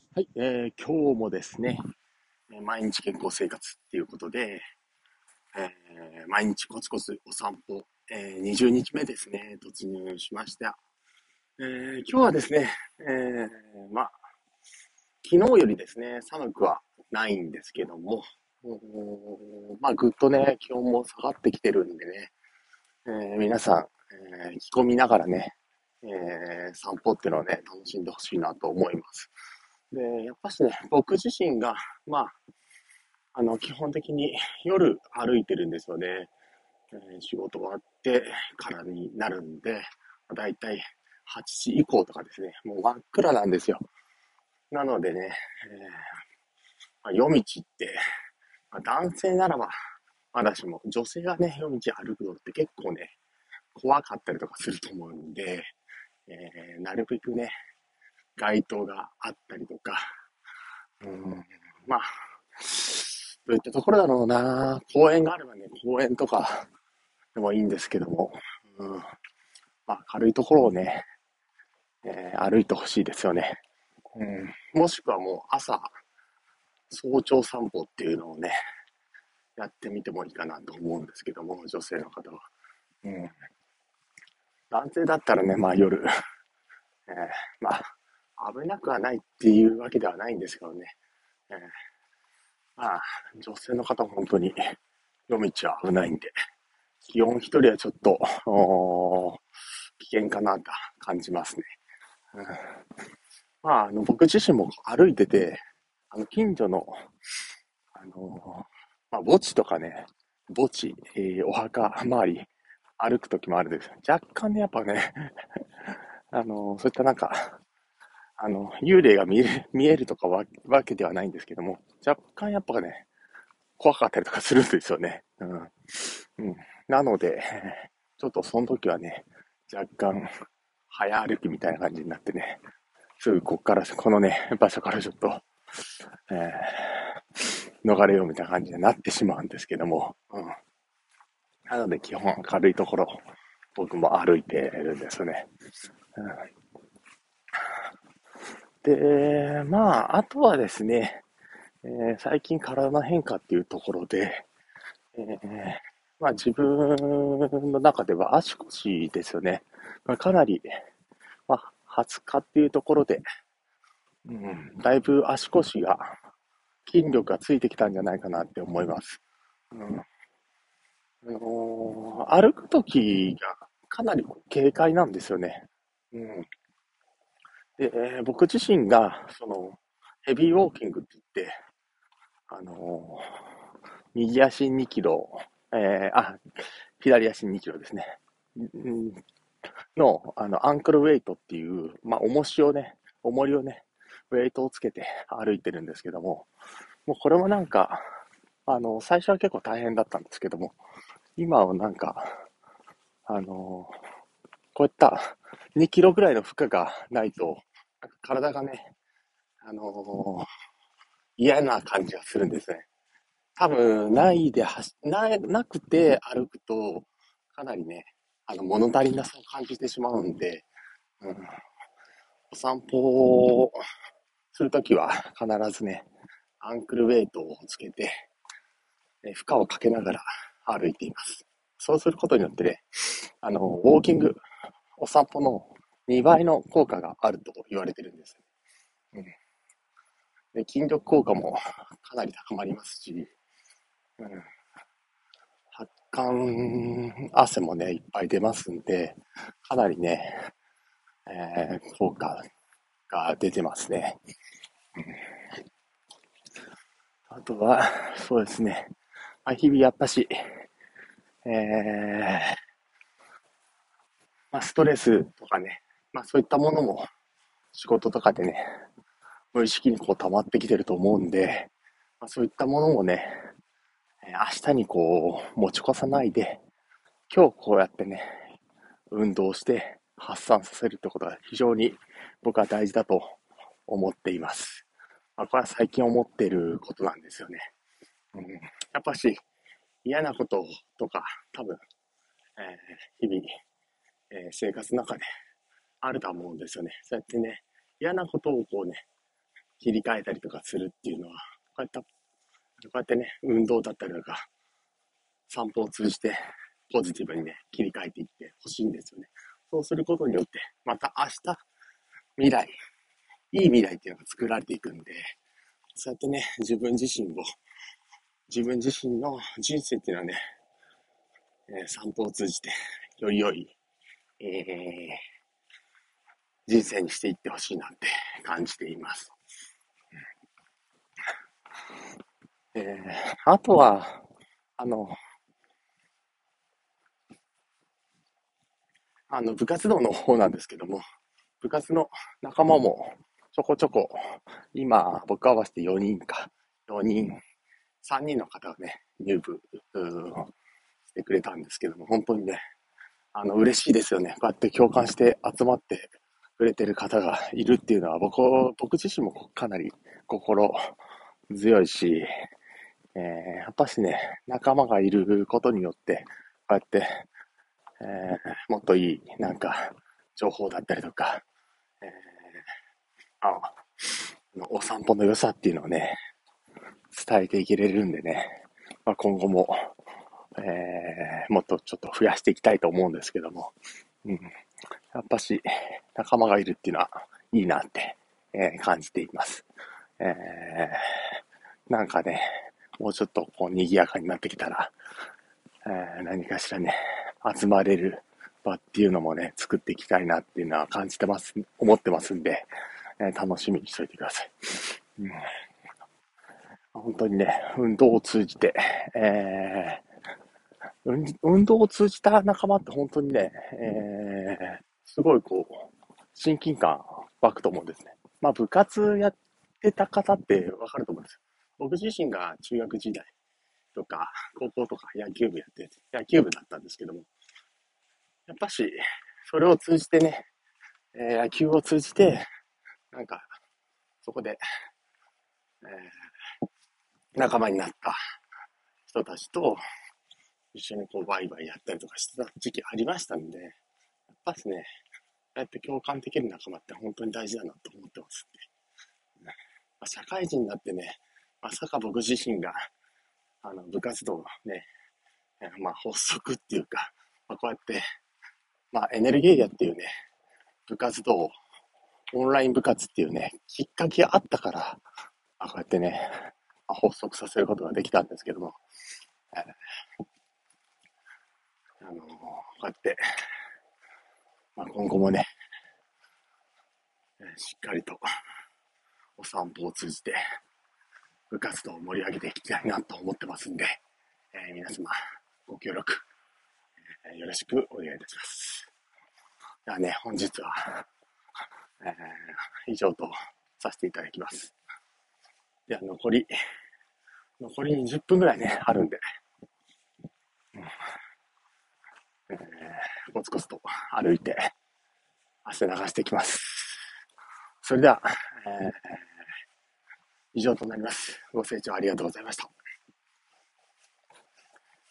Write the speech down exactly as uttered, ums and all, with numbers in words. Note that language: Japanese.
はい、えー今日もですね、毎日健康生活っていうことで、えー毎日コツコツお散歩、えーにじゅうにちめですね、突入しました。えー今日はですね、えーまあ、昨日よりですね、寒くはないんですけども、うーんまあ、ぐっとね、気温も下がってきてるんでね、えー皆さん、えー着込みながらね、えー散歩っていうのをね、楽しんでほしいなと思います。で、やっぱしね、僕自身が、まあ、あの、基本的に夜歩いてるんですよね。えー仕事終わってからになるんで、だいたいはちじ以降とかですね、もう真っ暗なんですよ。なのでね、えーまあ、夜道って、まあ、男性ならば、まだしも、女性がね、夜道歩くのって結構ね、怖かったりとかすると思うんで、えーなるべくね、街灯があったりとか、うん、まあ、どういったところだろうな。公園があればね、公園とかでもいいんですけども、うん、まあ、軽いところをね、えー歩いてほしいですよね。うん、もしくはもう朝、早朝散歩っていうのをね、やってみてもいいかなと思うんですけども、女性の方は。うん、男性だったらね、まあ夜、えーまあ、危なくはないっていうわけではないんですけどね。えーまあ、女性の方は本当に夜道は危ないんで、気温一人はちょっと、おー危険かなと感じますね。うん、まあ、あの、僕自身も歩いてて、あの、近所の、あの、まあ、墓地とかね、墓地、えーお墓周り、歩くときもあるんです。若干ね、やっぱね、あの、そういったなんか、あの、幽霊が見える、見えるとかわわけではないんですけども、若干やっぱね、怖かったりとかするんですよね。うん。うん。なので、ちょっとその時はね、若干、早歩きみたいな感じになってね、すぐこっから、このね、場所からちょっと、えー、逃れようみたいな感じになってしまうんですけども、うん。なので基本軽いところ、僕も歩いてるんですね。うん、で、まあ、あとはですね、えー最近体の変化っていうところで、えーまあ自分の中では足腰ですよね。まあ、かなり、まあ、はつかっていうところで、うん、だいぶ足腰が、筋力がついてきたんじゃないかなって思います。うん、あのー歩くときがかなり軽快なんですよね。うん、で、えー僕自身が、その、ヘビーウォーキングって言って、あのー右足にキロ、えー、あ、左足にキロですね。うんの、あの、アンクルウェイトっていう、まあ、重しをね、重りをね、ウェイトをつけて歩いてるんですけども、もうこれもなんか、あの、最初は結構大変だったんですけども、今はなんか、あの、こういったにキロぐらいの負荷がないと、体がね、あの、嫌な感じがするんですね。多分、ないで走、な、なくて歩くと、かなりね、あの、物足りなさを感じてしまうんで、うん、お散歩をするときは必ずね、アンクルウェイトをつけて、え負荷をかけながら歩いています。そうすることによってね、あの、ウォーキング、お散歩のにばいの効果があると言われてるんです。うん、で筋力効果もかなり高まりますし、うん、発汗、汗もね、いっぱい出ますんで、かなりね、えー効果が出てますね。あとは、そうですね、まあ、日々やっぱし、えーまあ、ストレスとかね、まあそういったものも仕事とかでね、無意識にこう溜まってきてると思うんで、まあ、そういったものもね、明日にこう持ち越さないで、今日こうやってね、運動して発散させるってことが非常に僕は大事だと思っています。まあ、これは最近思っていることなんですよね。うん、やっぱし嫌なこととか多分、えー日々、えー生活の中であると思うんですよね。そうやってね、嫌なことをこうね、 切り替えたりとかするっていうのは、こうやった、こうやってね、運動だったりとか、散歩を通じてポジティブにね、切り替えていってほしいんですよね。そうすることによって、また明日、未来、いい未来っていうのが作られていくんで、そうやってね、自分自身を、自分自身の人生っていうのはね、えー散歩を通じて、より良い、えー、人生にしていってほしいなって感じています。えー、あとは、あの、あの、部活動の方なんですけども、部活の仲間もちょこちょこ、今、僕合わせてよにんか、よにん、さんにんの方がね、入部してくれたんですけども、本当にね、あの、嬉しいですよね。こうやって共感して集まってくれてる方がいるっていうのは、僕、僕自身もかなり心強いし、えー、やっぱしね、仲間がいることによって、こうやって、えー、もっといい、なんか、情報だったりとか、えー、あお散歩の良さっていうのをね、伝えていけれるんでね、まあ、今後も、えー、もっとちょっと増やしていきたいと思うんですけども、うん、やっぱし仲間がいるっていうのはいいなって、えー感じています。えー、なんかね、もうちょっとこう賑やかになってきたら、えー何かしらね、集まれる場っていうのもね、作っていきたいなっていうのは感じてます、思ってますんで、えー楽しみにしといてください。うん、本当にね、運動を通じて、えー、運動を通じた仲間って本当にね、えー、すごいこう、親近感湧くと思うんですね。まあ部活やってた方ってわかると思うんですよ。僕自身が中学時代とか高校とか野球部やって、野球部だったんですけども、やっぱし、それを通じてね、えー野球を通じて、なんか、そこで、えー仲間になった人たちと一緒にこうバイバイやったりとかしてた時期ありましたんで、やっぱですね、ああやって共感できる仲間って本当に大事だなと思ってますんで。まあ、社会人になってね、まさか僕自身が、あの、部活動のね、まあ発足っていうか、まあ、こうやって、まあエネルギーやっていうね、部活動、オンライン部活っていうね、きっかけがあったから、まあ、こうやってね、まあ、発足させることができたんですけども、えーあのーこうやって、まあ、今後もね、しっかりとお散歩を通じて部活動を盛り上げていきたいなと思ってますんで、えー皆様ご協力、えーよろしくお願いいたします。ではね、本日は、えー以上とさせていただきます。では残り、残りじゅっぷんぐらいね、あるんで、えーコツコツと歩いて汗流していきます。それでは、えー以上となります。ご清聴ありがとうございました。